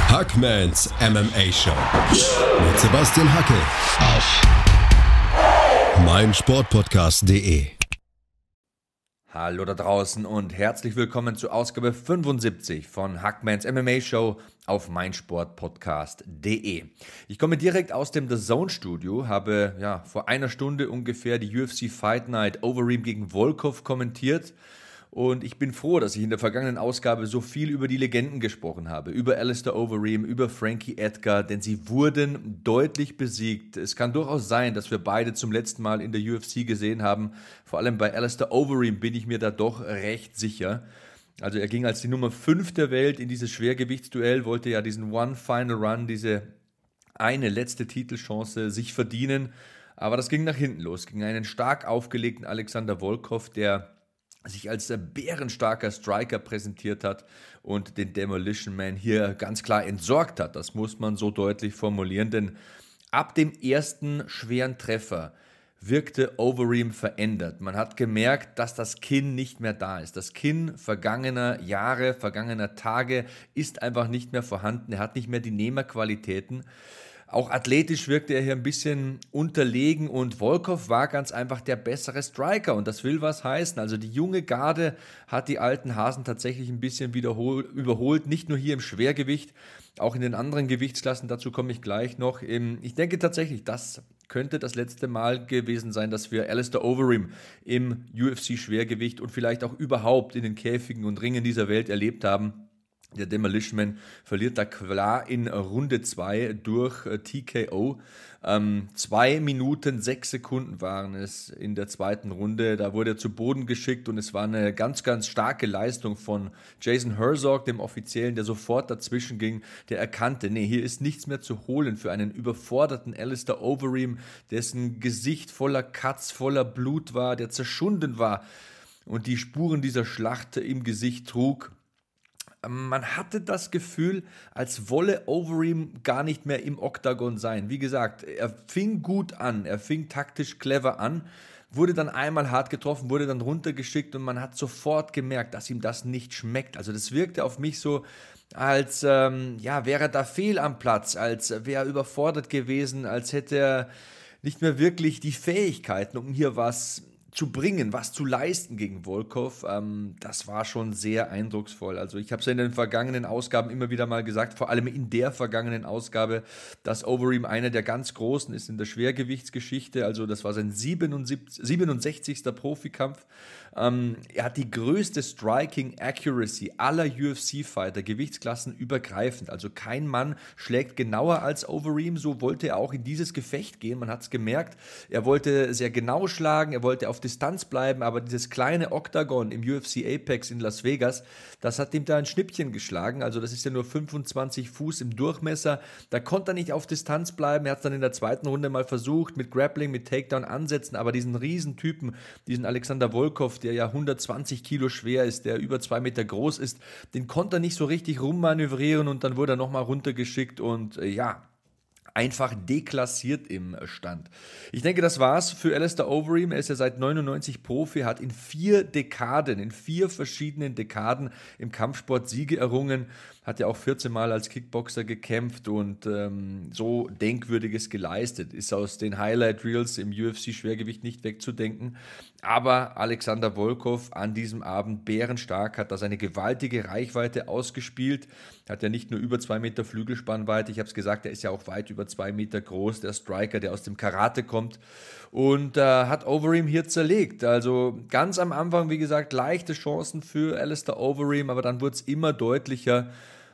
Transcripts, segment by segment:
Hackmans MMA Show mit Sebastian Hackel auf meinsportpodcast.de. Hallo da draußen und herzlich willkommen zur Ausgabe 75 von Hackmans MMA Show auf meinsportpodcast.de. Ich komme direkt aus dem The Zone Studio, habe vor einer Stunde ungefähr die UFC Fight Night Overeem gegen Volkov kommentiert. Und ich bin froh, dass ich in der vergangenen Ausgabe so viel über die Legenden gesprochen habe, über Alistair Overeem, über Frankie Edgar, denn sie wurden deutlich besiegt. Es kann durchaus sein, dass wir beide zum letzten Mal in der UFC gesehen haben. Vor allem bei Alistair Overeem bin ich mir da doch recht sicher. Also er ging als die Nummer 5 der Welt in dieses Schwergewichtsduell, wollte ja diesen One Final Run, diese eine letzte Titelchance sich verdienen. Aber das ging nach hinten los, gegen einen stark aufgelegten Alexander Volkov, der sich als bärenstarker Striker präsentiert hat und den Demolition Man hier ganz klar entsorgt hat. Das muss man so deutlich formulieren, denn ab dem ersten schweren Treffer wirkte Overeem verändert. Man hat gemerkt, dass das Kinn nicht mehr da ist. Das Kinn vergangener Jahre, vergangener Tage ist einfach nicht mehr vorhanden. Er hat nicht mehr die Nehmerqualitäten. Auch athletisch wirkte er hier ein bisschen unterlegen und Volkov war ganz einfach der bessere Striker und das will was heißen. Also die junge Garde hat die alten Hasen tatsächlich ein bisschen überholt, nicht nur hier im Schwergewicht, auch in den anderen Gewichtsklassen, dazu komme ich gleich noch. Ich denke tatsächlich, das könnte das letzte Mal gewesen sein, dass wir Alistair Overeem im UFC-Schwergewicht und vielleicht auch überhaupt in den Käfigen und Ringen dieser Welt erlebt haben. Der Demolition Man verliert da klar in Runde 2 durch TKO. 2 Minuten 6 Sekunden waren es in der zweiten Runde. Da wurde er zu Boden geschickt und es war eine ganz, ganz starke Leistung von Jason Herzog, dem Offiziellen, der sofort dazwischen ging, der erkannte, hier ist nichts mehr zu holen für einen überforderten Alistair Overeem, dessen Gesicht voller Cuts, voller Blut war, der zerschunden war und die Spuren dieser Schlacht im Gesicht trug. Man hatte das Gefühl, als wolle Overeem gar nicht mehr im Oktagon sein. Wie gesagt, er fing gut an, er fing taktisch clever an, wurde dann einmal hart getroffen, wurde dann runtergeschickt und man hat sofort gemerkt, dass ihm das nicht schmeckt. Also das wirkte auf mich so, als wäre er da fehl am Platz, als wäre er überfordert gewesen, als hätte er nicht mehr wirklich die Fähigkeiten, um hier was zu bringen, was zu leisten gegen Volkov, das war schon sehr eindrucksvoll. Also ich habe es ja in den vergangenen Ausgaben immer wieder mal gesagt, vor allem in der vergangenen Ausgabe, dass Overeem einer der ganz Großen ist in der Schwergewichtsgeschichte. Also das war sein 67. Profikampf. Er hat die größte Striking Accuracy aller UFC-Fighter, Gewichtsklassen übergreifend. Also kein Mann schlägt genauer als Overeem, so wollte er auch in dieses Gefecht gehen. Man hat es gemerkt, er wollte sehr genau schlagen, er wollte auf Distanz bleiben, aber dieses kleine Oktagon im UFC Apex in Las Vegas, das hat ihm da ein Schnippchen geschlagen, also das ist ja nur 25 Fuß im Durchmesser, da konnte er nicht auf Distanz bleiben, er hat es dann in der zweiten Runde mal versucht, mit Grappling, mit Takedown ansetzen, aber diesen Riesentypen, diesen Alexander Volkov, der ja 120 Kilo schwer ist, der über 2 Meter groß ist, den konnte er nicht so richtig rummanövrieren und dann wurde er nochmal runtergeschickt und einfach deklassiert im Stand. Ich denke, das war's für Alistair Overeem. Er ist ja seit 99 Profi, hat in 4 verschiedenen Dekaden im Kampfsport Siege errungen, hat ja auch 14 Mal als Kickboxer gekämpft und so Denkwürdiges geleistet. Ist aus den Highlight-Reels im UFC-Schwergewicht nicht wegzudenken. Aber Alexander Volkov an diesem Abend bärenstark, hat da seine gewaltige Reichweite ausgespielt, hat ja nicht nur über 2 Meter Flügelspannweite, ich habe es gesagt, er ist ja auch weit über 2 Meter groß, der Striker, der aus dem Karate kommt und hat Overeem hier zerlegt. Also ganz am Anfang, wie gesagt, leichte Chancen für Alistair Overeem, aber dann wurde es immer deutlicher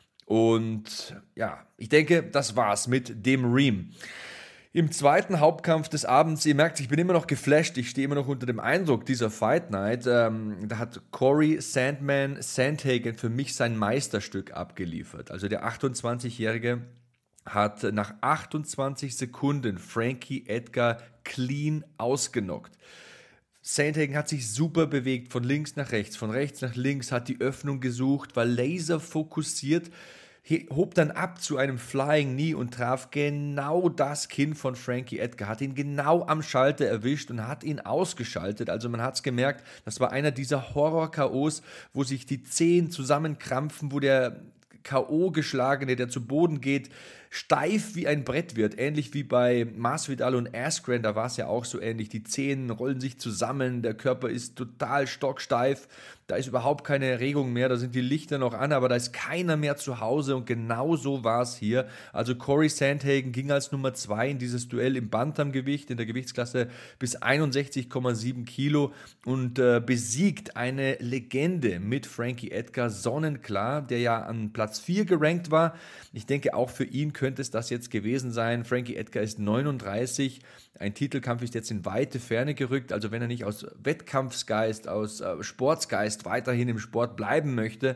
und ich denke, das war's mit dem Reem. Im zweiten Hauptkampf des Abends, ihr merkt, ich bin immer noch geflasht, ich stehe immer noch unter dem Eindruck dieser Fight Night. Da hat Corey Sandman Sandhagen für mich sein Meisterstück abgeliefert. Also der 28-Jährige hat nach 28 Sekunden Frankie Edgar clean ausgenockt. Sandhagen hat sich super bewegt, von links nach links, hat die Öffnung gesucht, war laserfokussiert, hob dann ab zu einem Flying Knee und traf genau das Kinn von Frankie Edgar, hat ihn genau am Schalter erwischt und hat ihn ausgeschaltet. Also man hat es gemerkt, das war einer dieser Horror-KOs, wo sich die Zehen zusammenkrampfen, wo der K.O. geschlagene, der zu Boden geht, steif wie ein Brett wird, ähnlich wie bei Masvidal und Askren, da war es ja auch so ähnlich, die Zehen rollen sich zusammen, der Körper ist total stocksteif, da ist überhaupt keine Erregung mehr, da sind die Lichter noch an, aber da ist keiner mehr zu Hause und genau so war es hier. Also Corey Sandhagen ging als Nummer 2 in dieses Duell im Bantamgewicht, in der Gewichtsklasse bis 61,7 Kilo und besiegt eine Legende mit Frankie Edgar, sonnenklar, der ja an Platz 4 gerankt war. Ich denke, auch für ihn könnte es das jetzt gewesen sein. Frankie Edgar ist 39, ein Titelkampf ist jetzt in weite Ferne gerückt, also wenn er nicht aus Wettkampfsgeist, aus Sportsgeist weiterhin im Sport bleiben möchte,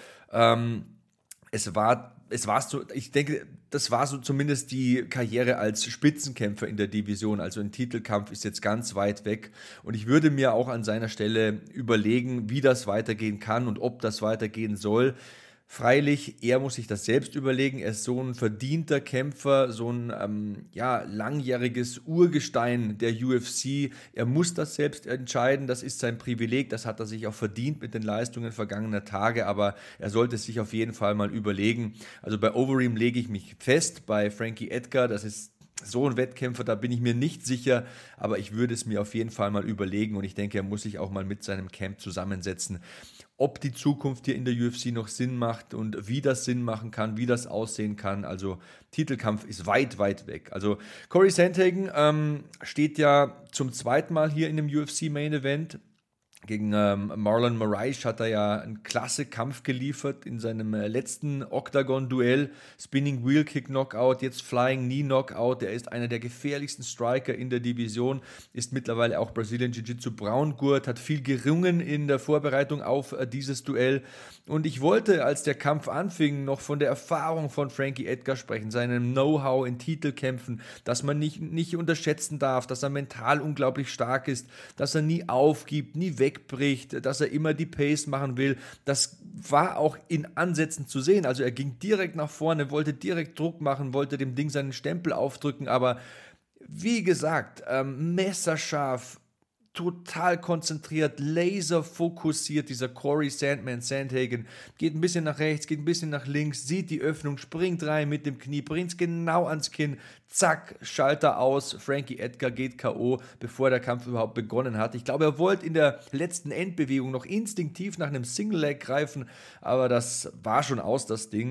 ich denke, das war so zumindest die Karriere als Spitzenkämpfer in der Division, also ein Titelkampf ist jetzt ganz weit weg und ich würde mir auch an seiner Stelle überlegen, wie das weitergehen kann und ob das weitergehen soll. Freilich, er muss sich das selbst überlegen, er ist so ein verdienter Kämpfer, so ein langjähriges Urgestein der UFC, er muss das selbst entscheiden, das ist sein Privileg, das hat er sich auch verdient mit den Leistungen vergangener Tage, aber er sollte es sich auf jeden Fall mal überlegen. Also bei Overeem lege ich mich fest, bei Frankie Edgar, das ist so ein Wettkämpfer, da bin ich mir nicht sicher, aber ich würde es mir auf jeden Fall mal überlegen und ich denke, er muss sich auch mal mit seinem Camp zusammensetzen, ob die Zukunft hier in der UFC noch Sinn macht und wie das Sinn machen kann, wie das aussehen kann. Also Titelkampf ist weit, weit weg. Also Corey Sandhagen steht ja zum zweiten Mal hier in dem UFC Main Event. Gegen Marlon Moraes hat er ja einen klasse Kampf geliefert in seinem letzten Octagon-Duell. Spinning Wheel Kick Knockout, jetzt Flying Knee Knockout. Er ist einer der gefährlichsten Striker in der Division, ist mittlerweile auch Brazilian Jiu-Jitsu Braungurt, hat viel gerungen in der Vorbereitung auf dieses Duell. Und ich wollte, als der Kampf anfing, noch von der Erfahrung von Frankie Edgar sprechen, seinem Know-how in Titelkämpfen, dass man nicht unterschätzen darf, dass er mental unglaublich stark ist, dass er nie aufgibt, nie wegbricht, dass er immer die Pace machen will. Das war auch in Ansätzen zu sehen. Also er ging direkt nach vorne, wollte direkt Druck machen, wollte dem Ding seinen Stempel aufdrücken, aber wie gesagt, messerscharf, total konzentriert, laserfokussiert, dieser Corey Sandhagen, geht ein bisschen nach rechts, geht ein bisschen nach links, sieht die Öffnung, springt rein mit dem Knie, bringt es genau ans Kinn, zack, Schalter aus, Frankie Edgar geht K.O., bevor der Kampf überhaupt begonnen hat. Ich glaube, er wollte in der letzten Endbewegung noch instinktiv nach einem Single Leg greifen, aber das war schon aus, das Ding.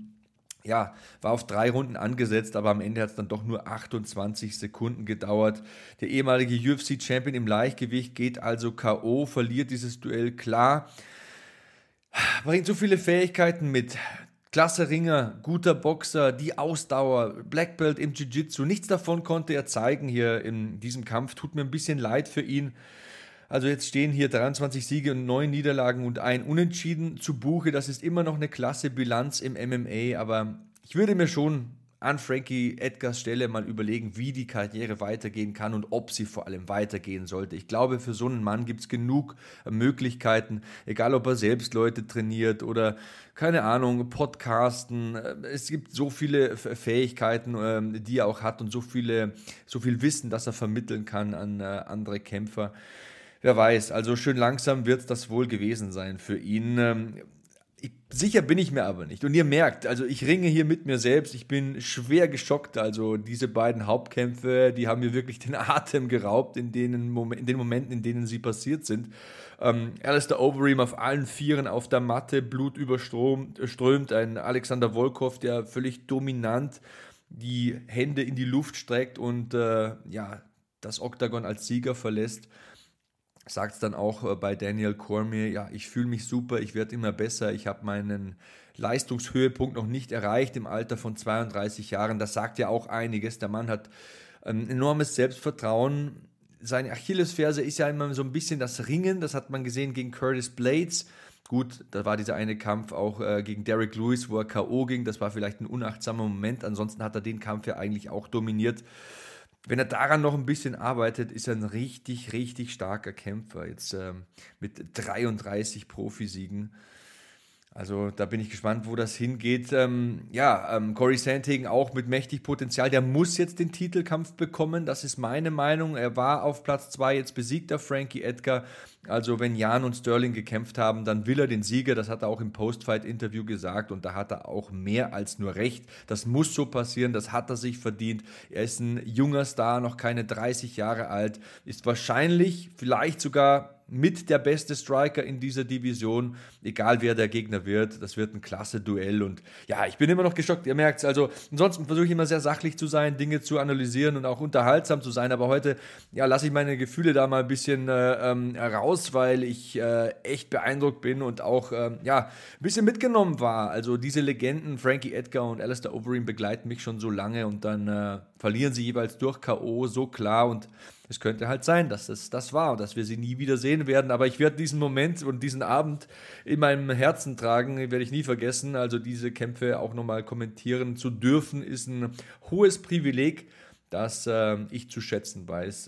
War auf 3 Runden angesetzt, aber am Ende hat es dann doch nur 28 Sekunden gedauert. Der ehemalige UFC-Champion im Leichtgewicht geht also K.O., verliert dieses Duell klar. Bringt so viele Fähigkeiten mit. Klasse Ringer, guter Boxer, die Ausdauer, Black Belt im Jiu-Jitsu. Nichts davon konnte er zeigen hier in diesem Kampf. Tut mir ein bisschen leid für ihn. Also jetzt stehen hier 23 Siege und 9 Niederlagen und ein Unentschieden zu Buche. Das ist immer noch eine klasse Bilanz im MMA, aber ich würde mir schon an Frankie Edgars Stelle mal überlegen, wie die Karriere weitergehen kann und ob sie vor allem weitergehen sollte. Ich glaube, für so einen Mann gibt es genug Möglichkeiten, egal ob er selbst Leute trainiert oder, keine Ahnung, podcasten. Es gibt so viele Fähigkeiten, die er auch hat und so viel Wissen, das er vermitteln kann an andere Kämpfer. Wer weiß, also schön langsam wird das wohl gewesen sein für ihn. Sicher bin ich mir aber nicht. Und ihr merkt, also ich ringe hier mit mir selbst, ich bin schwer geschockt. Also diese beiden Hauptkämpfe, die haben mir wirklich den Atem geraubt in den Momenten, in denen sie passiert sind. Alistair Overeem auf allen Vieren auf der Matte, Blut überströmt, ein Alexander Volkov, der völlig dominant die Hände in die Luft streckt und das Oktagon als Sieger verlässt. Sagt es dann auch bei Daniel Cormier, ja, ich fühle mich super, ich werde immer besser, ich habe meinen Leistungshöhepunkt noch nicht erreicht im Alter von 32 Jahren. Das sagt ja auch einiges. Der Mann hat ein enormes Selbstvertrauen. Seine Achillesferse ist ja immer so ein bisschen das Ringen, das hat man gesehen gegen Curtis Blades. Gut, da war dieser eine Kampf auch gegen Derek Lewis, wo er K.O. ging, das war vielleicht ein unachtsamer Moment, ansonsten hat er den Kampf ja eigentlich auch dominiert. Wenn er daran noch ein bisschen arbeitet, ist er ein richtig, richtig starker Kämpfer. Jetzt mit 33 Profisiegen. Also da bin ich gespannt, wo das hingeht. Corey Sandhagen auch mit mächtig Potenzial. Der muss jetzt den Titelkampf bekommen. Das ist meine Meinung. Er war auf Platz 2, jetzt besiegt er Frankie Edgar. Also wenn Jan und Sterling gekämpft haben, dann will er den Sieger. Das hat er auch im Post-Fight-Interview gesagt und da hat er auch mehr als nur recht. Das muss so passieren, das hat er sich verdient. Er ist ein junger Star, noch keine 30 Jahre alt, ist wahrscheinlich, vielleicht sogar mit der beste Striker in dieser Division, egal wer der Gegner wird. Das wird ein klasse Duell und ja, ich bin immer noch geschockt, ihr merkt es. Also ansonsten versuche ich immer sehr sachlich zu sein, Dinge zu analysieren und auch unterhaltsam zu sein, aber heute lasse ich meine Gefühle da mal ein bisschen raus, weil ich echt beeindruckt bin und auch ein bisschen mitgenommen war. Also diese Legenden, Frankie Edgar und Alistair Overeem, begleiten mich schon so lange und dann verlieren sie jeweils durch K.O. so klar und es könnte halt sein, dass es das war und dass wir sie nie wieder sehen werden, aber ich werde diesen Moment und diesen Abend in meinem Herzen tragen, werde ich nie vergessen. Also diese Kämpfe auch nochmal kommentieren zu dürfen, ist ein hohes Privileg, das ich zu schätzen weiß.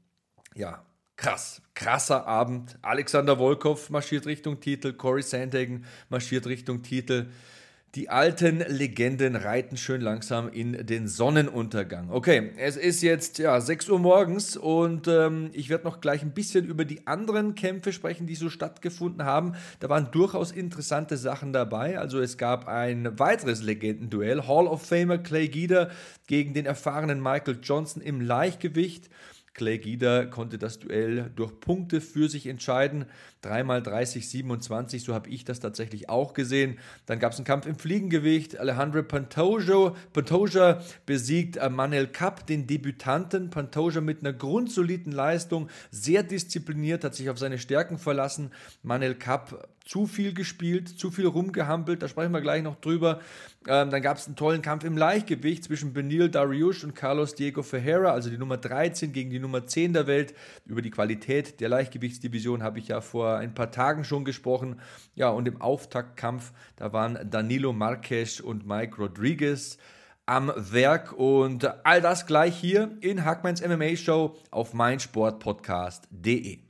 Krasser Abend. Alexander Volkov marschiert Richtung Titel, Corey Sandhagen marschiert Richtung Titel. Die alten Legenden reiten schön langsam in den Sonnenuntergang. Okay, es ist jetzt 6 Uhr morgens und ich werde noch gleich ein bisschen über die anderen Kämpfe sprechen, die so stattgefunden haben. Da waren durchaus interessante Sachen dabei. Also es gab ein weiteres Legendenduell. Hall of Famer Clay Guida gegen den erfahrenen Michael Johnson im Leichtgewicht. Clay Guida konnte das Duell durch Punkte für sich entscheiden. 3x30-27, so habe ich das tatsächlich auch gesehen. Dann gab es einen Kampf im Fliegengewicht. Alejandro Pantoja besiegt Manel Kape, den Debütanten. Pantoja mit einer grundsoliden Leistung, sehr diszipliniert, hat sich auf seine Stärken verlassen. Manel Kape zu viel gespielt, zu viel rumgehampelt, da sprechen wir gleich noch drüber. Dann gab es einen tollen Kampf im Leichtgewicht zwischen Beneil Dariush und Carlos Diego Ferreira, also die Nummer 13 gegen die Nummer 10 der Welt. Über die Qualität der Leichtgewichtsdivision habe ich ja vor ein paar Tagen schon gesprochen. Ja, und im Auftaktkampf, da waren Danilo Marques und Mike Rodriguez am Werk und all das gleich hier in Hackmans MMA Show auf meinsportpodcast.de.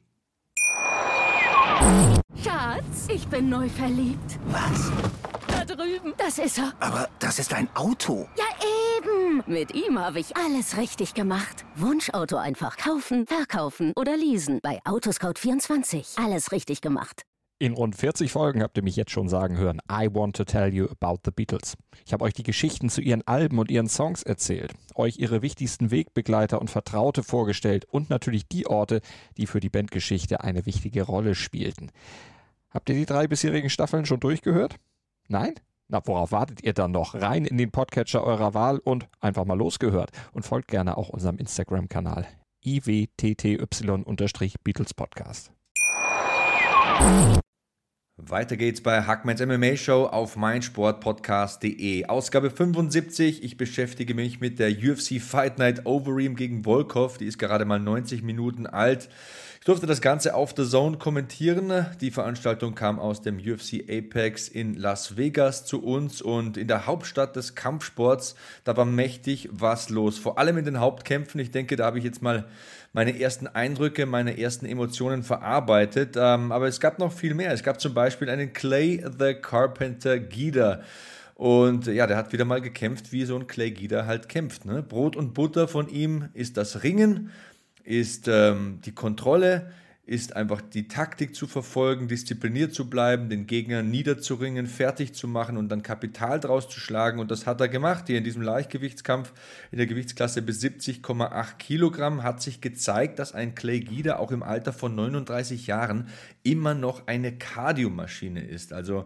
Schatz, ich bin neu verliebt. Was? Da drüben. Das ist er. Aber das ist ein Auto. Ja, eben. Mit ihm habe ich alles richtig gemacht. Wunschauto einfach kaufen, verkaufen oder leasen. Bei Autoscout24. Alles richtig gemacht. In rund 40 Folgen habt ihr mich jetzt schon sagen hören, I want to tell you about the Beatles. Ich habe euch die Geschichten zu ihren Alben und ihren Songs erzählt, euch ihre wichtigsten Wegbegleiter und Vertraute vorgestellt und natürlich die Orte, die für die Bandgeschichte eine wichtige Rolle spielten. Habt ihr die 3 bisherigen Staffeln schon durchgehört? Nein? Na, worauf wartet ihr dann noch? Rein in den Podcatcher eurer Wahl und einfach mal losgehört. Und folgt gerne auch unserem Instagram-Kanal iwtty_Beatles Podcast. Weiter geht's bei Hackmans MMA Show auf meinsportpodcast.de. Ausgabe 75. Ich beschäftige mich mit der UFC Fight Night Overeem gegen Volkov. Die ist gerade mal 90 Minuten alt. Ich durfte das Ganze auf The Zone kommentieren. Die Veranstaltung kam aus dem UFC Apex in Las Vegas zu uns und in der Hauptstadt des Kampfsports, da war mächtig was los. Vor allem in den Hauptkämpfen. Ich denke, da habe ich jetzt mal meine ersten Eindrücke, meine ersten Emotionen verarbeitet. Aber es gab noch viel mehr. Es gab zum Beispiel einen Clay the Carpenter Guida. Und ja, der hat wieder mal gekämpft, wie so ein Clay Guida halt kämpft. Ne? Brot und Butter von ihm ist das Ringen, ist die Kontrolle, ist einfach die Taktik zu verfolgen, diszipliniert zu bleiben, den Gegner niederzuringen, fertig zu machen und dann Kapital draus zu schlagen. Und das hat er gemacht hier in diesem Leichtgewichtskampf in der Gewichtsklasse bis 70,8 Kilogramm. Hat sich gezeigt, dass ein Clay Guida auch im Alter von 39 Jahren immer noch eine Kardiomaschine ist. Also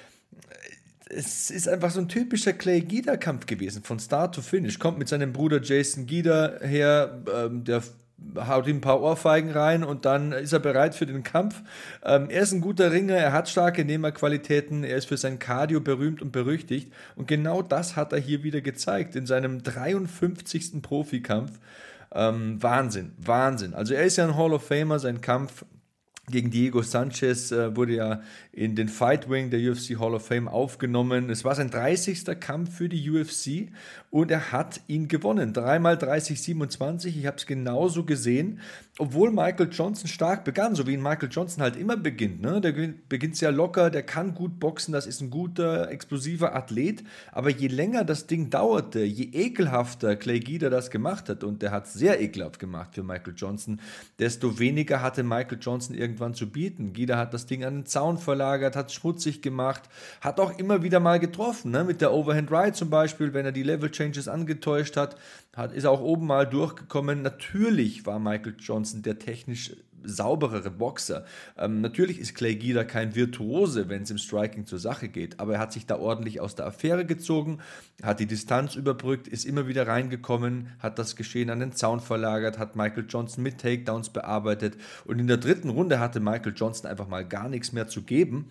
es ist einfach so ein typischer Clay Guida-Kampf gewesen, von Start to Finish. Kommt mit seinem Bruder Jason Guida her, der haut ihm ein paar Ohrfeigen rein und dann ist er bereit für den Kampf. Er ist ein guter Ringer, er hat starke Nehmerqualitäten, er ist für sein Cardio berühmt und berüchtigt und genau das hat er hier wieder gezeigt in seinem 53. Profikampf. Wahnsinn. Also er ist ja ein Hall of Famer, sein Kampf gegen Diego Sanchez wurde ja in den Fight Wing der UFC Hall of Fame aufgenommen. Es war sein 30. Kampf für die UFC und er hat ihn gewonnen. 3x30-27, ich habe es genauso gesehen. Obwohl Michael Johnson stark begann, so wie ein Michael Johnson halt immer beginnt. Ne? Der beginnt sehr locker, der kann gut boxen, das ist ein guter, explosiver Athlet. Aber je länger das Ding dauerte, je ekelhafter Clay Guida das gemacht hat, und der hat es sehr ekelhaft gemacht für Michael Johnson, desto weniger hatte Michael Johnson irgendwann irgendwann zu bieten. Guida hat das Ding an den Zaun verlagert, hat es schmutzig gemacht, hat auch immer wieder mal getroffen, ne? Mit der Overhand Right zum Beispiel, wenn er die Level Changes angetäuscht hat, ist er auch oben mal durchgekommen. Natürlich war Michael Johnson der technisch sauberere Boxer. Natürlich ist Clay Guida kein Virtuose, wenn es im Striking zur Sache geht, aber er hat sich da ordentlich aus der Affäre gezogen, hat die Distanz überbrückt, ist immer wieder reingekommen, hat das Geschehen an den Zaun verlagert, hat Michael Johnson mit Takedowns bearbeitet und in der dritten Runde hatte Michael Johnson einfach mal gar nichts mehr zu geben.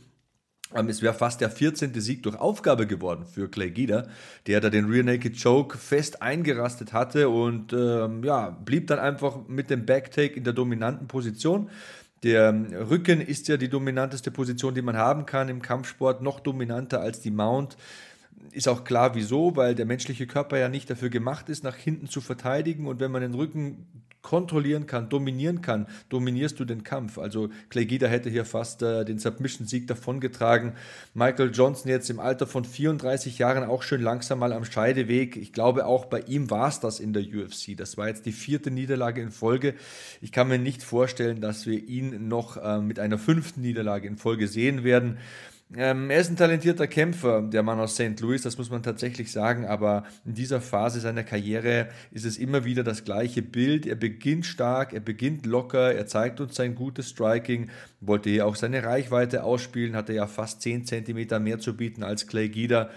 Es wäre fast der 14. Sieg durch Aufgabe geworden für Clay Guida, der da den Rear Naked Choke fest eingerastet hatte und blieb dann einfach mit dem Backtake in der dominanten Position. Der Rücken ist ja die dominanteste Position, die man haben kann im Kampfsport, noch dominanter als die Mount. Ist auch klar, wieso, weil der menschliche Körper ja nicht dafür gemacht ist, nach hinten zu verteidigen, und wenn man den Rücken kontrollieren kann, dominieren kann, dominierst du den Kampf. Also Clay Guida hätte hier fast den Submission-Sieg davongetragen. Michael Johnson jetzt im Alter von 34 Jahren auch schön langsam mal am Scheideweg. Ich glaube, auch bei ihm war es das in der UFC. Das war jetzt die 4. Niederlage in Folge. Ich kann mir nicht vorstellen, dass wir ihn noch mit einer 5. Niederlage in Folge sehen werden. Er ist ein talentierter Kämpfer, der Mann aus St. Louis, das muss man tatsächlich sagen, aber in dieser Phase seiner Karriere ist es immer wieder das gleiche Bild. Er beginnt stark, er beginnt locker, er zeigt uns sein gutes Striking, wollte hier auch seine Reichweite ausspielen, hatte ja fast 10 cm mehr zu bieten als Clay Guida.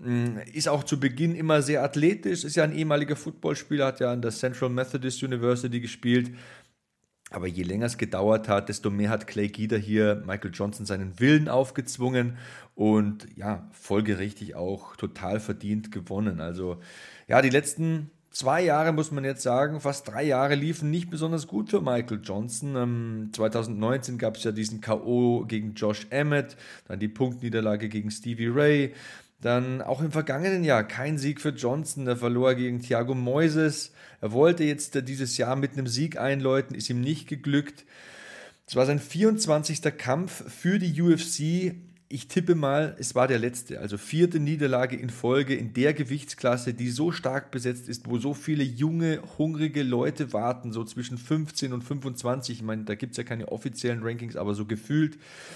Ist auch zu Beginn immer sehr athletisch, ist ja ein ehemaliger Footballspieler, hat ja an der Central Methodist University gespielt. Aber je länger es gedauert hat, desto mehr hat Clay Guida hier Michael Johnson seinen Willen aufgezwungen und ja, folgerichtig auch total verdient gewonnen. Also ja, die letzten 2 Jahre, muss man jetzt sagen, fast 3 Jahre liefen nicht besonders gut für Michael Johnson. 2019 gab es ja diesen K.O. gegen Josh Emmett, dann die Punktniederlage gegen Stevie Ray. Dann auch im vergangenen Jahr kein Sieg für Johnson, er verlor gegen Thiago Moises. Er wollte jetzt dieses Jahr mit einem Sieg einläuten, ist ihm nicht geglückt. Es war sein 24. Kampf für die UFC. Ich tippe mal, es war der letzte, also 4. Niederlage in Folge in der Gewichtsklasse, die so stark besetzt ist, wo so viele junge, hungrige Leute warten, so zwischen 15 und 25. Ich meine, da gibt es ja keine offiziellen Rankings, aber so gefühlt,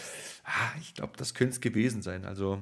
ich glaube, das könnte es gewesen sein. Also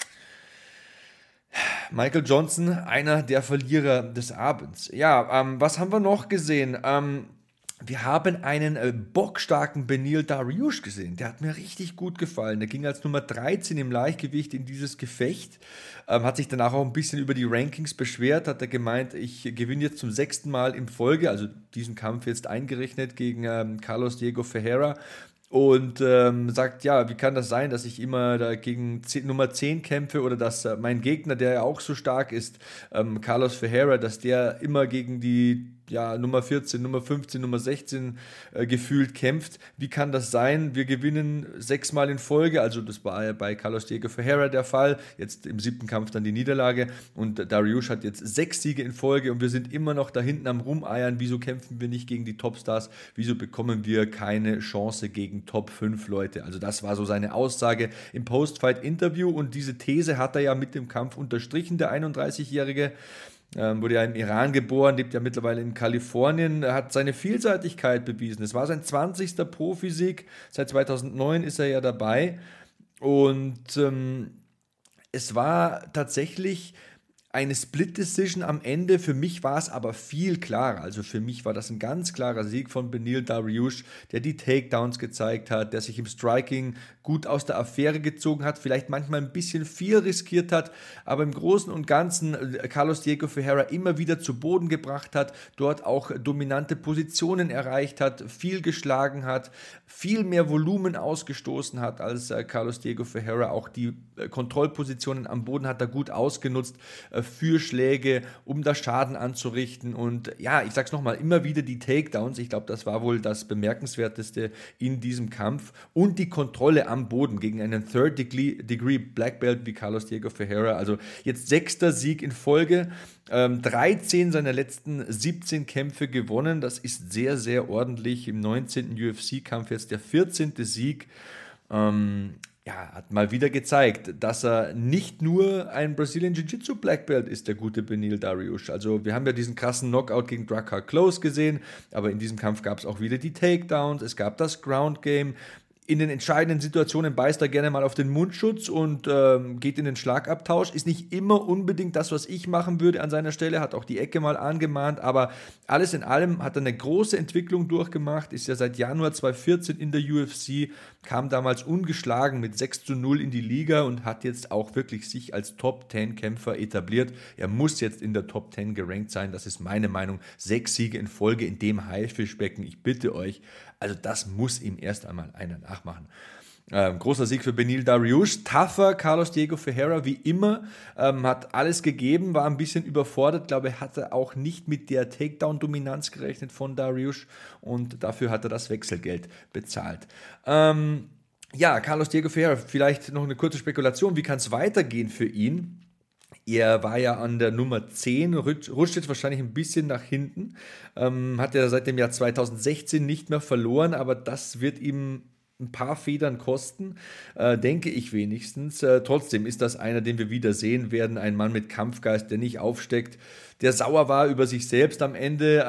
Michael Johnson, einer der Verlierer des Abends. Ja, was haben wir noch gesehen? Wir haben einen bockstarken Beneil Dariush gesehen. Der hat mir richtig gut gefallen. Der ging als Nummer 13 im Leichtgewicht in dieses Gefecht. Hat sich danach auch ein bisschen über die Rankings beschwert. Hat er gemeint, ich gewinne jetzt zum 6. Mal in Folge, also diesen Kampf jetzt eingerechnet gegen Carlos Diego Ferreira. Und sagt, ja, wie kann das sein, dass ich immer da gegen Nummer 10 kämpfe oder dass mein Gegner, der ja auch so stark ist, Carlos Ferreira, dass der immer gegen die Nummer 14, Nummer 15, Nummer 16 gefühlt kämpft. Wie kann das sein? Wir gewinnen 6 Mal in Folge, also das war ja bei Carlos Diego Ferreira der Fall, jetzt im 7. Kampf dann die Niederlage und Dariush hat jetzt 6 Siege in Folge und wir sind immer noch da hinten am Rumeiern. Wieso kämpfen wir nicht gegen die Topstars? Wieso bekommen wir keine Chance gegen Top 5 Leute? Also das war so seine Aussage im Post-Fight-Interview und diese These hat er ja mit dem Kampf unterstrichen, der 31-Jährige. Wurde ja im Iran geboren, lebt ja mittlerweile in Kalifornien, hat seine Vielseitigkeit bewiesen. Es war sein 20. Profisieg, seit 2009 ist er ja dabei und es war tatsächlich eine Split-Decision am Ende. Für mich war es aber viel klarer. Also für mich war das ein ganz klarer Sieg von Beneil Dariush, der die Takedowns gezeigt hat, der sich im Striking gut aus der Affäre gezogen hat, vielleicht manchmal ein bisschen viel riskiert hat, aber im Großen und Ganzen Carlos Diego Ferreira immer wieder zu Boden gebracht hat, dort auch dominante Positionen erreicht hat, viel geschlagen hat, viel mehr Volumen ausgestoßen hat als Carlos Diego Ferreira. Auch die Kontrollpositionen am Boden hat er gut ausgenutzt für Schläge, um da Schaden anzurichten und ja, ich sag's nochmal, immer wieder die Takedowns, ich glaube, das war wohl das Bemerkenswerteste in diesem Kampf und die Kontrolle am Boden gegen einen Third-Degree Black Belt wie Carlos Diego Ferreira, also jetzt 6. Sieg in Folge, 13 seiner letzten 17 Kämpfe gewonnen, das ist sehr, sehr ordentlich, im 19. UFC-Kampf jetzt der 14. Sieg, hat mal wieder gezeigt, dass er nicht nur ein Brazilian Jiu-Jitsu Black Belt ist, der gute Beneil Dariush. Also wir haben ja diesen krassen Knockout gegen Drakkar Klose gesehen, aber in diesem Kampf gab es auch wieder die Takedowns, es gab das Ground Game. in den entscheidenden Situationen beißt er gerne mal auf den Mundschutz und geht in den Schlagabtausch. Ist nicht immer unbedingt das, was ich machen würde an seiner Stelle. Hat auch die Ecke mal angemahnt. Aber alles in allem hat er eine große Entwicklung durchgemacht. Ist ja seit Januar 2014 in der UFC. Kam damals ungeschlagen mit 6:0 in die Liga und hat jetzt auch wirklich sich als Top-10-Kämpfer etabliert. Er muss jetzt in der Top 10 gerankt sein. Das ist meine Meinung. 6 Siege in Folge in dem Haifischbecken. Ich bitte euch. Also das muss ihm erst einmal einer nachmachen. Großer Sieg für Beneil Dariush. Tougher Carlos Diego Ferreira, wie immer, hat alles gegeben, war ein bisschen überfordert, glaube ich, hatte auch nicht mit der Takedown-Dominanz gerechnet von Dariush und dafür hat er das Wechselgeld bezahlt. Carlos Diego Ferreira, vielleicht noch eine kurze Spekulation, wie kann es weitergehen für ihn? Er war ja an der Nummer 10, rutscht jetzt wahrscheinlich ein bisschen nach hinten, hat ja seit dem Jahr 2016 nicht mehr verloren, aber das wird ihm ein paar Federn kosten, denke ich wenigstens. Trotzdem ist das einer, den wir wieder sehen werden, ein Mann mit Kampfgeist, der nicht aufsteckt, der sauer war über sich selbst am Ende,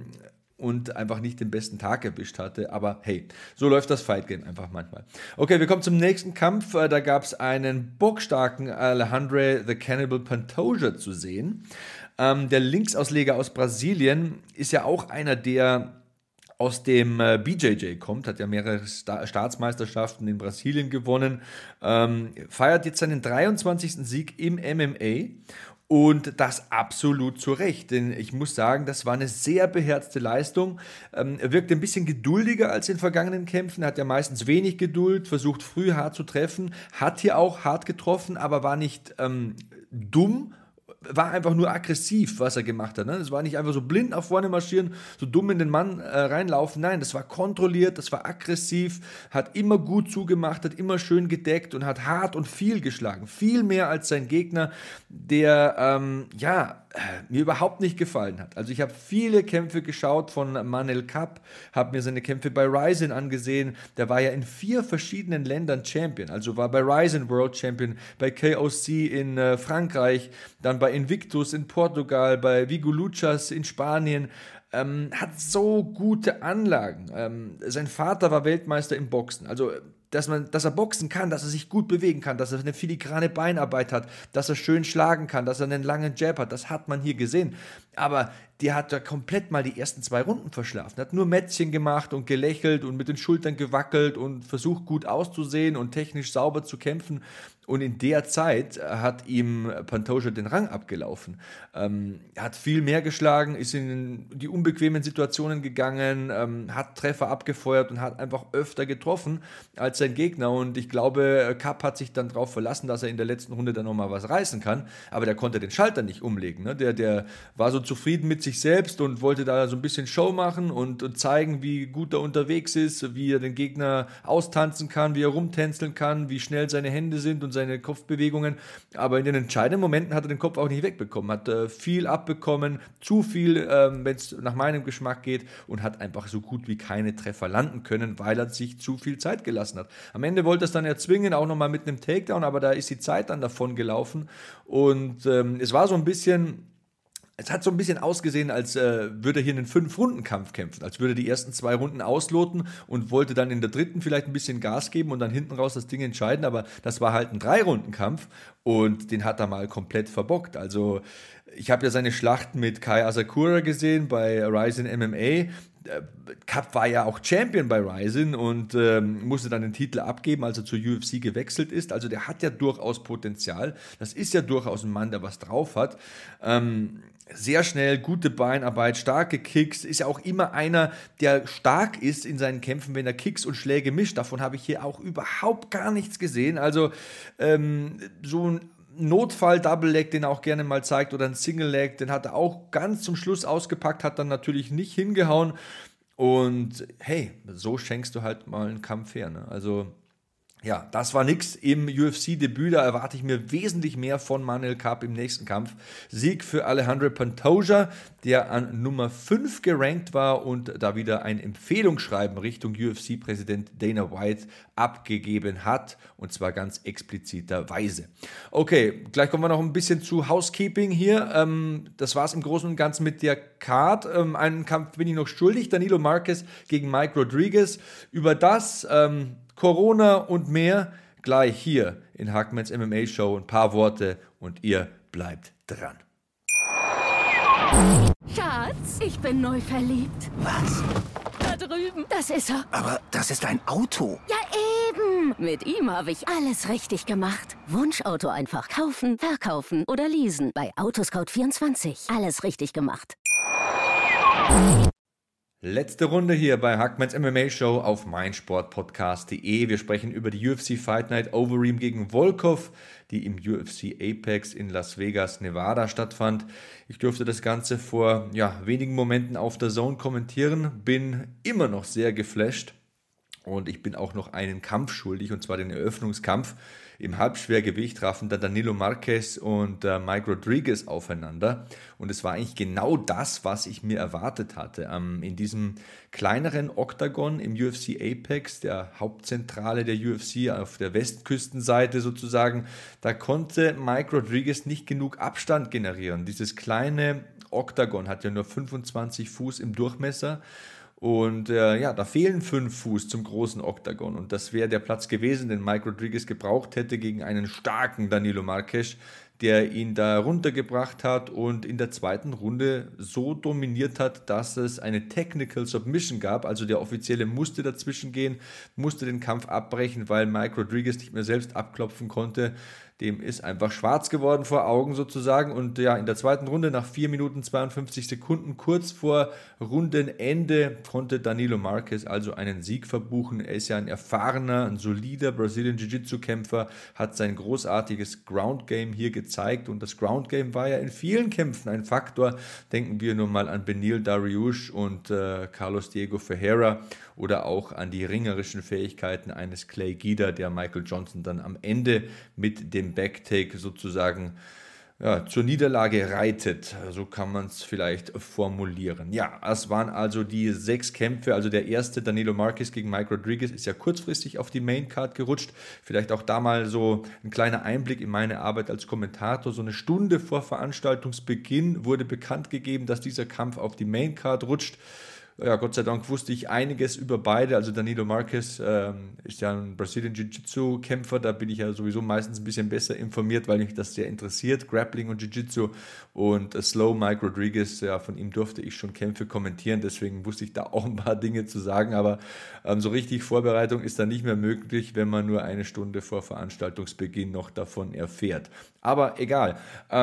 und einfach nicht den besten Tag erwischt hatte. Aber hey, so läuft das Fight Game einfach manchmal. Okay, wir kommen zum nächsten Kampf. Da gab es einen bockstarken Alexandre the Cannibal Pantoja zu sehen. Der Linksausleger aus Brasilien ist ja auch einer, der aus dem BJJ kommt, hat ja mehrere Staatsmeisterschaften in Brasilien gewonnen, feiert jetzt seinen 23. Sieg im MMA. Und das absolut zu Recht, denn ich muss sagen, das war eine sehr beherzte Leistung. Er wirkt ein bisschen geduldiger als in vergangenen Kämpfen, hat ja meistens wenig Geduld, versucht früh hart zu treffen, hat hier auch hart getroffen, aber war nicht dumm, war einfach nur aggressiv, was er gemacht hat. Ne? Es war nicht einfach so blind nach vorne marschieren, so dumm in den Mann reinlaufen. Nein, das war kontrolliert, das war aggressiv, hat immer gut zugemacht, hat immer schön gedeckt und hat hart und viel geschlagen. Viel mehr als sein Gegner, der mir überhaupt nicht gefallen hat. Also ich habe viele Kämpfe geschaut von Manel Kape, habe mir seine Kämpfe bei Rizin angesehen. Der war ja in 4 verschiedenen Ländern Champion. Also war bei Rizin World Champion, bei KOC in Frankreich, dann bei Invictus in Portugal, bei Vigo Luchas in Spanien. Hat so gute Anlagen. Sein Vater war Weltmeister im Boxen. Also dass er boxen kann, dass er sich gut bewegen kann, dass er eine filigrane Beinarbeit hat, dass er schön schlagen kann, dass er einen langen Jab hat, das hat man hier gesehen. Aber der hat da komplett mal die ersten 2 Runden verschlafen, hat nur Mätzchen gemacht und gelächelt und mit den Schultern gewackelt und versucht gut auszusehen und technisch sauber zu kämpfen. Und in der Zeit hat ihm Pantoja den Rang abgelaufen. Er hat viel mehr geschlagen, ist in die unbequemen Situationen gegangen, hat Treffer abgefeuert und hat einfach öfter getroffen als sein Gegner. Und ich glaube, Kape hat sich dann darauf verlassen, dass er in der letzten Runde dann nochmal was reißen kann. Aber der konnte den Schalter nicht umlegen. Ne? Der war so zufrieden mit sich selbst und wollte da so ein bisschen Show machen und zeigen, wie gut er unterwegs ist, wie er den Gegner austanzen kann, wie er rumtänzeln kann, wie schnell seine Hände sind und seine Kopfbewegungen, aber in den entscheidenden Momenten hat er den Kopf auch nicht wegbekommen, hat viel abbekommen, zu viel, wenn es nach meinem Geschmack geht, und hat einfach so gut wie keine Treffer landen können, weil er sich zu viel Zeit gelassen hat. Am Ende wollte er es dann erzwingen, auch nochmal mit einem Takedown, aber da ist die Zeit dann davon gelaufen und es war so ein bisschen... Es hat so ein bisschen ausgesehen, als würde er hier einen 5-Runden-Kampf kämpfen, als würde er die ersten 2 Runden ausloten und wollte dann in der 3. vielleicht ein bisschen Gas geben und dann hinten raus das Ding entscheiden, aber das war halt ein 3-Runden-Kampf und den hat er mal komplett verbockt. Also ich habe ja seine Schlachten mit Kai Asakura gesehen bei Rizin MMA. Kape war ja auch Champion bei Rizin und musste dann den Titel abgeben, als er zur UFC gewechselt ist. Also der hat ja durchaus Potenzial. Das ist ja durchaus ein Mann, der was drauf hat. Sehr schnell, gute Beinarbeit, starke Kicks. Ist ja auch immer einer, der stark ist in seinen Kämpfen, wenn er Kicks und Schläge mischt. Davon habe ich hier auch überhaupt gar nichts gesehen. Also so ein Notfall-Double-Leg, den er auch gerne mal zeigt, oder ein Single-Leg, den hat er auch ganz zum Schluss ausgepackt, hat dann natürlich nicht hingehauen. Und hey, so schenkst du halt mal einen Kampf her. Ne? Also ja, das war nix im UFC-Debüt, da erwarte ich mir wesentlich mehr von Manel Kape im nächsten Kampf. Sieg für Alexandre Pantoja, der an Nummer 5 gerankt war und da wieder ein Empfehlungsschreiben Richtung UFC-Präsident Dana White abgegeben hat, und zwar ganz expliziterweise. Okay, gleich kommen wir noch ein bisschen zu Housekeeping hier. Das war es im Großen und Ganzen mit der Card. Einen Kampf bin ich noch schuldig, Danilo Marques gegen Mike Rodriguez. Über das Corona und mehr gleich hier in Hackmans MMA Show. Ein paar Worte und ihr bleibt dran. Schatz, ich bin neu verliebt. Was? Da drüben. Das ist er. Aber das ist ein Auto. Ja, eben. Mit ihm habe ich alles richtig gemacht. Wunschauto einfach kaufen, verkaufen oder leasen. Bei Autoscout24. Alles richtig gemacht. Letzte Runde hier bei Hackmans MMA Show auf meinsportpodcast.de. Wir sprechen über die UFC Fight Night Overeem gegen Volkov, die im UFC Apex in Las Vegas, Nevada stattfand. Ich durfte das Ganze vor wenigen Momenten auf der DAZN kommentieren, bin immer noch sehr geflasht und ich bin auch noch einen Kampf schuldig, und zwar den Eröffnungskampf. Im Halbschwergewicht trafen da Danilo Marques und Mike Rodriguez aufeinander. Und es war eigentlich genau das, was ich mir erwartet hatte. In diesem kleineren Oktagon im UFC Apex, der Hauptzentrale der UFC auf der Westküstenseite sozusagen, da konnte Mike Rodriguez nicht genug Abstand generieren. Dieses kleine Oktagon hat ja nur 25 Fuß im Durchmesser. Und da fehlen 5 Fuß zum großen Oktagon. Und das wäre der Platz gewesen, den Mike Rodriguez gebraucht hätte gegen einen starken Danilo Marques, der ihn da runtergebracht hat und in der zweiten Runde so dominiert hat, dass es eine Technical Submission gab. Also der Offizielle musste dazwischen gehen, musste den Kampf abbrechen, weil Mike Rodriguez nicht mehr selbst abklopfen konnte. Dem ist einfach schwarz geworden vor Augen sozusagen. Und in der zweiten Runde nach 4 Minuten 52 Sekunden, kurz vor Rundenende, konnte Danilo Marques also einen Sieg verbuchen. Er ist ja ein erfahrener, ein solider Brazilian Jiu-Jitsu-Kämpfer, hat sein großartiges Ground Game hier gezeigt. Und das Ground Game war ja in vielen Kämpfen ein Faktor. Denken wir nur mal an Beneil Dariush und Carlos Diego Ferreira oder auch an die ringerischen Fähigkeiten eines Clay Guida, der Michael Johnson dann am Ende mit dem Backtake sozusagen zur Niederlage reitet. So kann man es vielleicht formulieren. Ja, es waren also die 6 Kämpfe. Also der erste, Danilo Marques gegen Mike Rodriguez, ist ja kurzfristig auf die Maincard gerutscht. Vielleicht auch da mal so ein kleiner Einblick in meine Arbeit als Kommentator. So eine Stunde vor Veranstaltungsbeginn wurde bekannt gegeben, dass dieser Kampf auf die Maincard rutscht. Ja, Gott sei Dank wusste ich einiges über beide. Also Danilo Marques ist ja ein Brazilian Jiu-Jitsu-Kämpfer. Da bin ich ja sowieso meistens ein bisschen besser informiert, weil mich das sehr interessiert. Grappling und Jiu-Jitsu. Und Slow Mike Rodriguez, ja, von ihm durfte ich schon Kämpfe kommentieren. Deswegen wusste ich da auch ein paar Dinge zu sagen. Aber so richtig Vorbereitung ist da nicht mehr möglich, wenn man nur eine Stunde vor Veranstaltungsbeginn noch davon erfährt. Aber egal.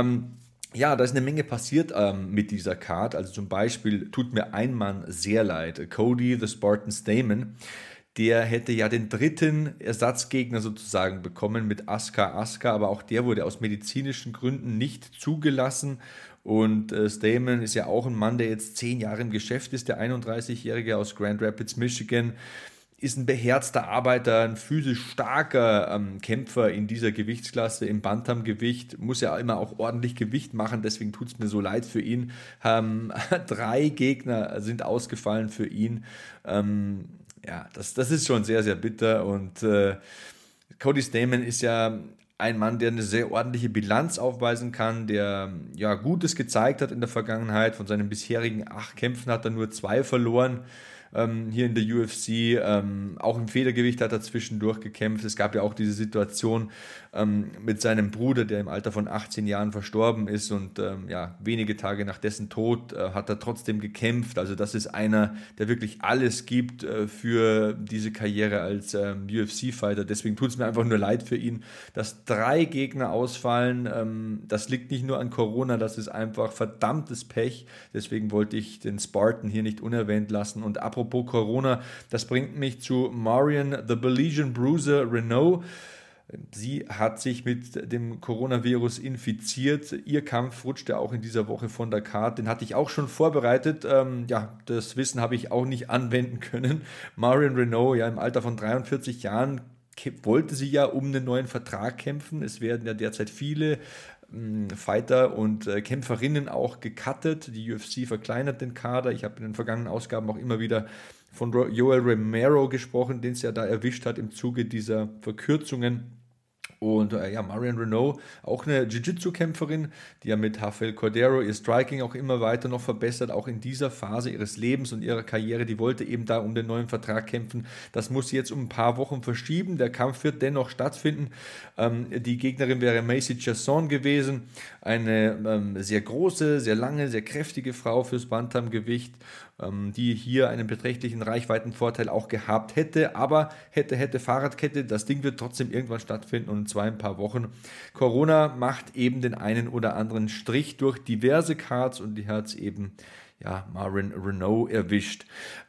Ja, da ist eine Menge passiert mit dieser Card. Also zum Beispiel tut mir ein Mann sehr leid, Cody the Spartan Stamann. Der hätte ja den 3. Ersatzgegner sozusagen bekommen mit Askar, aber auch der wurde aus medizinischen Gründen nicht zugelassen. Und Stamann ist ja auch ein Mann, der jetzt 10 Jahre im Geschäft ist, der 31-Jährige aus Grand Rapids, Michigan. Ist ein beherzter Arbeiter, ein physisch starker Kämpfer in dieser Gewichtsklasse im Bantamgewicht, muss ja immer auch ordentlich Gewicht machen, deswegen tut es mir so leid für ihn. 3 Gegner sind ausgefallen für ihn. Das ist schon sehr, sehr bitter und Cody Stamann ist ja ein Mann, der eine sehr ordentliche Bilanz aufweisen kann, der Gutes gezeigt hat in der Vergangenheit. Von seinen bisherigen 8 Kämpfen hat er nur 2 verloren. Hier in der UFC, auch im Federgewicht hat er zwischendurch gekämpft. Es gab ja auch diese Situation mit seinem Bruder, der im Alter von 18 Jahren verstorben ist und wenige Tage nach dessen Tod hat er trotzdem gekämpft. Also das ist einer, der wirklich alles gibt für diese Karriere als UFC-Fighter. Deswegen tut es mir einfach nur leid für ihn, dass 3 Gegner ausfallen. Das liegt nicht nur an Corona, das ist einfach verdammtes Pech. Deswegen wollte ich den Spartan hier nicht unerwähnt lassen. Und apropos Corona, das bringt mich zu Marion the Belizean Bruiser Renault. Sie hat sich mit dem Coronavirus infiziert. Ihr Kampf rutschte auch in dieser Woche von der Card. Den hatte ich auch schon vorbereitet. Das Wissen habe ich auch nicht anwenden können. Marion Renault, im Alter von 43 Jahren, wollte sie ja um einen neuen Vertrag kämpfen. Es werden ja derzeit viele Fighter und Kämpferinnen auch gecuttet. Die UFC verkleinert den Kader. Ich habe in den vergangenen Ausgaben auch immer wieder von Joel Romero gesprochen, den es ja da erwischt hat im Zuge dieser Verkürzungen. Und Marion Renault, auch eine Jiu-Jitsu-Kämpferin, die ja mit Rafael Cordero ihr Striking auch immer weiter noch verbessert, auch in dieser Phase ihres Lebens und ihrer Karriere, die wollte eben da um den neuen Vertrag kämpfen. Das muss sie jetzt um ein paar Wochen verschieben. Der Kampf wird dennoch stattfinden. Die Gegnerin wäre Macy Chiasson gewesen, eine sehr große, sehr lange, sehr kräftige Frau fürs Bantamgewicht, die hier einen beträchtlichen Reichweitenvorteil auch gehabt hätte, aber hätte Fahrradkette, das Ding wird trotzdem irgendwann stattfinden und zwar in ein paar Wochen. Corona macht eben den einen oder anderen Strich durch diverse Cards und die hat es eben Marion Renault erwischt.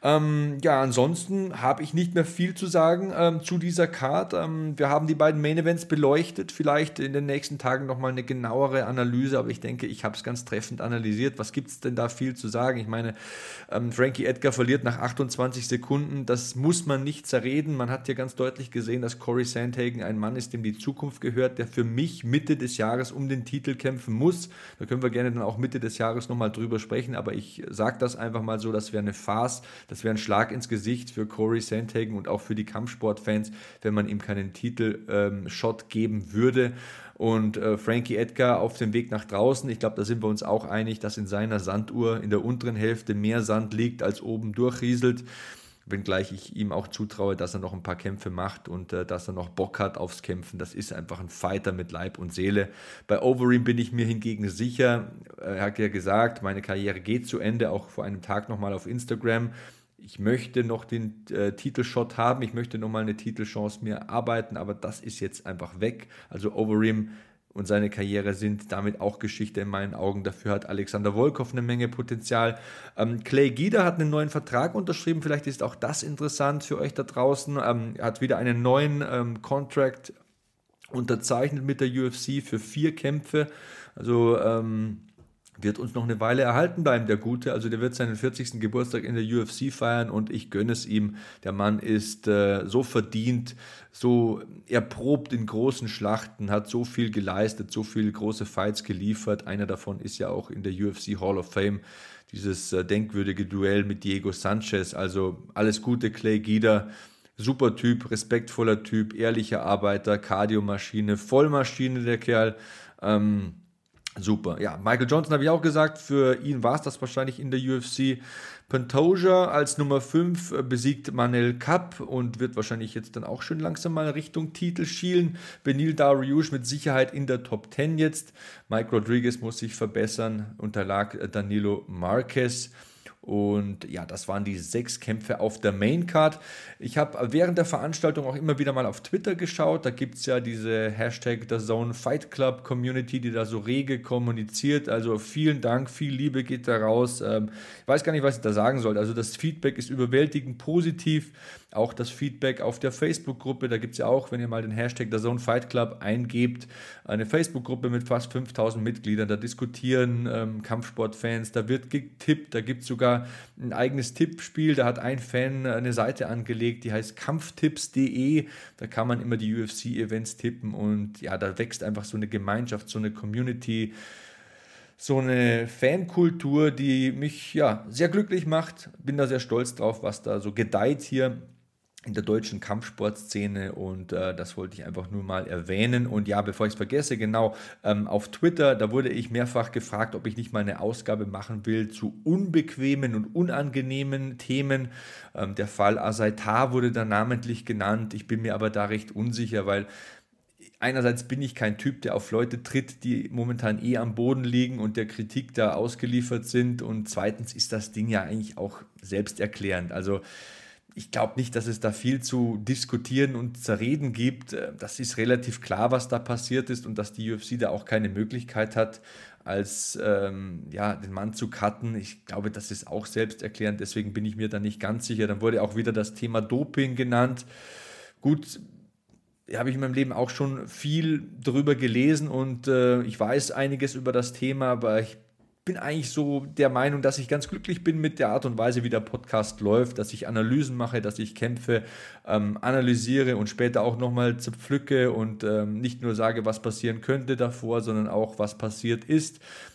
Ansonsten habe ich nicht mehr viel zu sagen zu dieser Card. Wir haben die beiden Main Events beleuchtet, vielleicht in den nächsten Tagen nochmal eine genauere Analyse, aber ich denke, ich habe es ganz treffend analysiert. Was gibt es denn da viel zu sagen? Ich meine, Frankie Edgar verliert nach 28 Sekunden, das muss man nicht zerreden. Man hat ja ganz deutlich gesehen, dass Corey Sandhagen ein Mann ist, dem die Zukunft gehört, der für mich Mitte des Jahres um den Titel kämpfen muss. Da können wir gerne dann auch Mitte des Jahres nochmal drüber sprechen, aber ich sage das einfach mal so, das wäre eine Farce, das wäre ein Schlag ins Gesicht für Corey Sandhagen und auch für die Kampfsportfans, wenn man ihm keinen Titel-Shot geben würde. Und Frankie Edgar auf dem Weg nach draußen, ich glaube, da sind wir uns auch einig, dass in seiner Sanduhr in der unteren Hälfte mehr Sand liegt, als oben durchrieselt. Wenngleich ich ihm auch zutraue, dass er noch ein paar Kämpfe macht und dass er noch Bock hat aufs Kämpfen. Das ist einfach ein Fighter mit Leib und Seele. Bei Overeem bin ich mir hingegen sicher. Er hat ja gesagt, meine Karriere geht zu Ende, auch vor einem Tag nochmal auf Instagram. Ich möchte noch den Titelshot haben, ich möchte nochmal eine Titelchance mir erarbeiten, aber das ist jetzt einfach weg. Also Overeem und seine Karriere sind damit auch Geschichte in meinen Augen. Dafür hat Alexander Volkov eine Menge Potenzial. Clay Guida hat einen neuen Vertrag unterschrieben. Vielleicht ist auch das interessant für euch da draußen. Er hat wieder einen neuen Contract unterzeichnet mit der UFC für 4 Kämpfe. Also wird uns noch eine Weile erhalten bleiben, der Gute. Also der wird seinen 40. Geburtstag in der UFC feiern und ich gönne es ihm. Der Mann ist so verdient, so erprobt in großen Schlachten, hat so viel geleistet, so viele große Fights geliefert. Einer davon ist ja auch in der UFC Hall of Fame, dieses denkwürdige Duell mit Diego Sanchez. Also alles Gute, Clay Guida. Super Typ, respektvoller Typ, ehrlicher Arbeiter, Kardiomaschine, Vollmaschine der Kerl. Super. Ja, Michael Johnson habe ich auch gesagt, für ihn war es das wahrscheinlich in der UFC. Pantoja als Nummer 5 besiegt Manel Kape und wird wahrscheinlich jetzt dann auch schön langsam mal Richtung Titel schielen. Beneil Dariush mit Sicherheit in der Top 10 jetzt. Mike Rodriguez muss sich verbessern, unterlag Danilo Marquez. Und ja, das waren die 6 Kämpfe auf der Maincard. Ich habe während der Veranstaltung auch immer wieder mal auf Twitter geschaut. Da gibt es ja diese Hashtag DAZN Fight Club Community, die da so rege kommuniziert. Also vielen Dank, viel Liebe geht da raus. Ich weiß gar nicht, was ich da sagen soll. Also das Feedback ist überwältigend positiv. Auch das Feedback auf der Facebook-Gruppe, da gibt es ja auch, wenn ihr mal den Hashtag DAZN Fight Club eingebt, eine Facebook-Gruppe mit fast 5000 Mitgliedern, da diskutieren Kampfsportfans, da wird getippt, da gibt es sogar ein eigenes Tippspiel, da hat ein Fan eine Seite angelegt, die heißt kampftipps.de, da kann man immer die UFC-Events tippen und ja, da wächst einfach so eine Gemeinschaft, so eine Community, so eine Fankultur, die mich ja sehr glücklich macht, bin da sehr stolz drauf, was da so gedeiht hier in der deutschen Kampfsportszene und das wollte ich einfach nur mal erwähnen. Und ja, bevor ich es vergesse, genau, auf Twitter, da wurde ich mehrfach gefragt, ob ich nicht mal eine Ausgabe machen will zu unbequemen und unangenehmen Themen. Der Fall Asaitar wurde da namentlich genannt. Ich bin mir aber da recht unsicher, weil einerseits bin ich kein Typ, der auf Leute tritt, die momentan am Boden liegen und der Kritik da ausgeliefert sind. Und zweitens ist das Ding ja eigentlich auch selbsterklärend. Also ich glaube nicht, dass es da viel zu diskutieren und zerreden gibt. Das ist relativ klar, was da passiert ist und dass die UFC da auch keine Möglichkeit hat, als den Mann zu cutten. Ich glaube, das ist auch selbsterklärend, deswegen bin ich mir da nicht ganz sicher. Dann wurde auch wieder das Thema Doping genannt. Gut, habe ich in meinem Leben auch schon viel drüber gelesen und ich weiß einiges über das Thema, aber ich bin eigentlich so der Meinung, dass ich ganz glücklich bin mit der Art und Weise, wie der Podcast läuft, dass ich Analysen mache, dass ich Kämpfe analysiere und später auch nochmal zerpflücke und nicht nur sage, was passieren könnte davor, sondern auch, was passiert ist.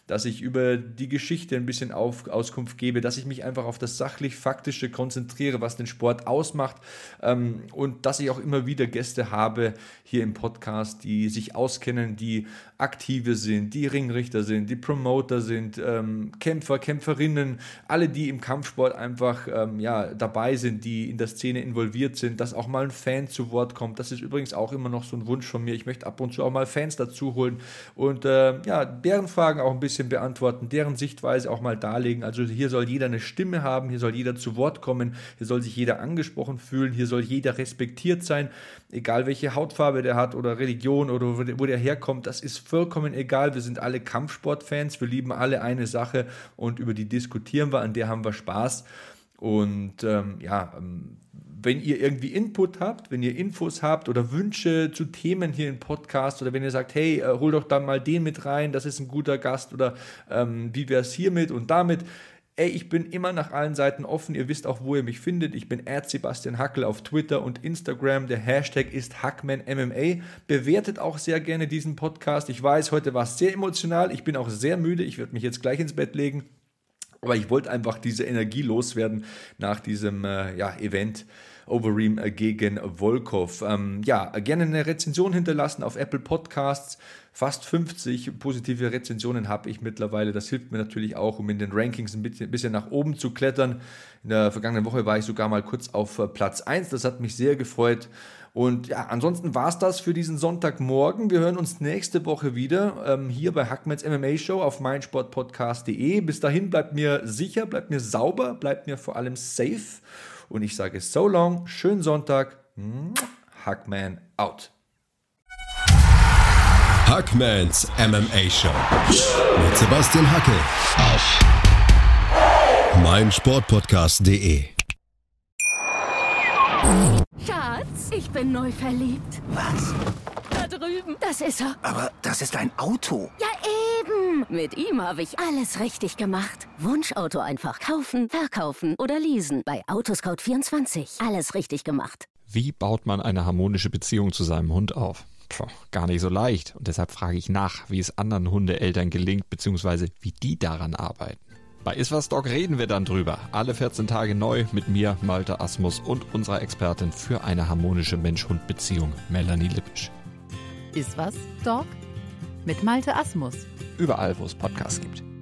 dass ich über die Geschichte ein bisschen Auskunft gebe, dass ich mich einfach auf das sachlich-faktische konzentriere, was den Sport ausmacht, und dass ich auch immer wieder Gäste habe hier im Podcast, die sich auskennen, die Aktive sind, die Ringrichter sind, die Promoter sind, Kämpfer, Kämpferinnen, alle, die im Kampfsport einfach dabei sind, die in der Szene involviert sind, dass auch mal ein Fan zu Wort kommt. Das ist übrigens auch immer noch so ein Wunsch von mir. Ich möchte ab und zu auch mal Fans dazu holen und deren Fragen auch ein bisschen beantworten, deren Sichtweise auch mal darlegen. Also hier soll jeder eine Stimme haben, hier soll jeder zu Wort kommen, hier soll sich jeder angesprochen fühlen, hier soll jeder respektiert sein, egal welche Hautfarbe der hat oder Religion oder wo der herkommt, das ist vollkommen egal. Wir sind alle Kampfsportfans, wir lieben alle eine Sache und über die diskutieren wir, an der haben wir Spaß. Und wenn ihr irgendwie Input habt, wenn ihr Infos habt oder Wünsche zu Themen hier im Podcast oder wenn ihr sagt, hey, hol doch dann mal den mit rein, das ist ein guter Gast oder wie wäre es hiermit und damit. Ich bin immer nach allen Seiten offen. Ihr wisst auch, wo ihr mich findet. Ich bin @Sebastian Hackel auf Twitter und Instagram. Der Hashtag ist HackmanMMA. Bewertet auch sehr gerne diesen Podcast. Ich weiß, heute war es sehr emotional. Ich bin auch sehr müde. Ich werde mich jetzt gleich ins Bett legen. Aber ich wollte einfach diese Energie loswerden nach diesem Event Overeem gegen Volkov. Gerne eine Rezension hinterlassen auf Apple Podcasts. Fast 50 positive Rezensionen habe ich mittlerweile. Das hilft mir natürlich auch, um in den Rankings ein bisschen nach oben zu klettern. In der vergangenen Woche war ich sogar mal kurz auf Platz 1. Das hat mich sehr gefreut. Und ja, ansonsten war es das für diesen Sonntagmorgen. Wir hören uns nächste Woche wieder hier bei Hackmans MMA Show auf meinsportpodcast.de. Bis dahin bleibt mir sicher, bleibt mir sauber, bleibt mir vor allem safe. Und ich sage so long, schönen Sonntag, Hackman out. Hackmans MMA Show mit Sebastian Hackel auf meinsportpodcast.de. Schatz, ich bin neu verliebt. Was? Da drüben. Das ist er. Aber das ist ein Auto. Ja, eben. Mit ihm habe ich alles richtig gemacht. Wunschauto einfach kaufen, verkaufen oder leasen. Bei Autoscout24. Alles richtig gemacht. Wie baut man eine harmonische Beziehung zu seinem Hund auf? Gar nicht so leicht. Und deshalb frage ich nach, wie es anderen Hundeeltern gelingt, beziehungsweise wie die daran arbeiten. Bei Iswas Dog reden wir dann drüber. Alle 14 Tage neu mit mir, Malte Asmus und unserer Expertin für eine harmonische Mensch-Hund-Beziehung, Melanie Lippisch. Iswas Dog mit Malte Asmus. Überall, wo es Podcasts gibt.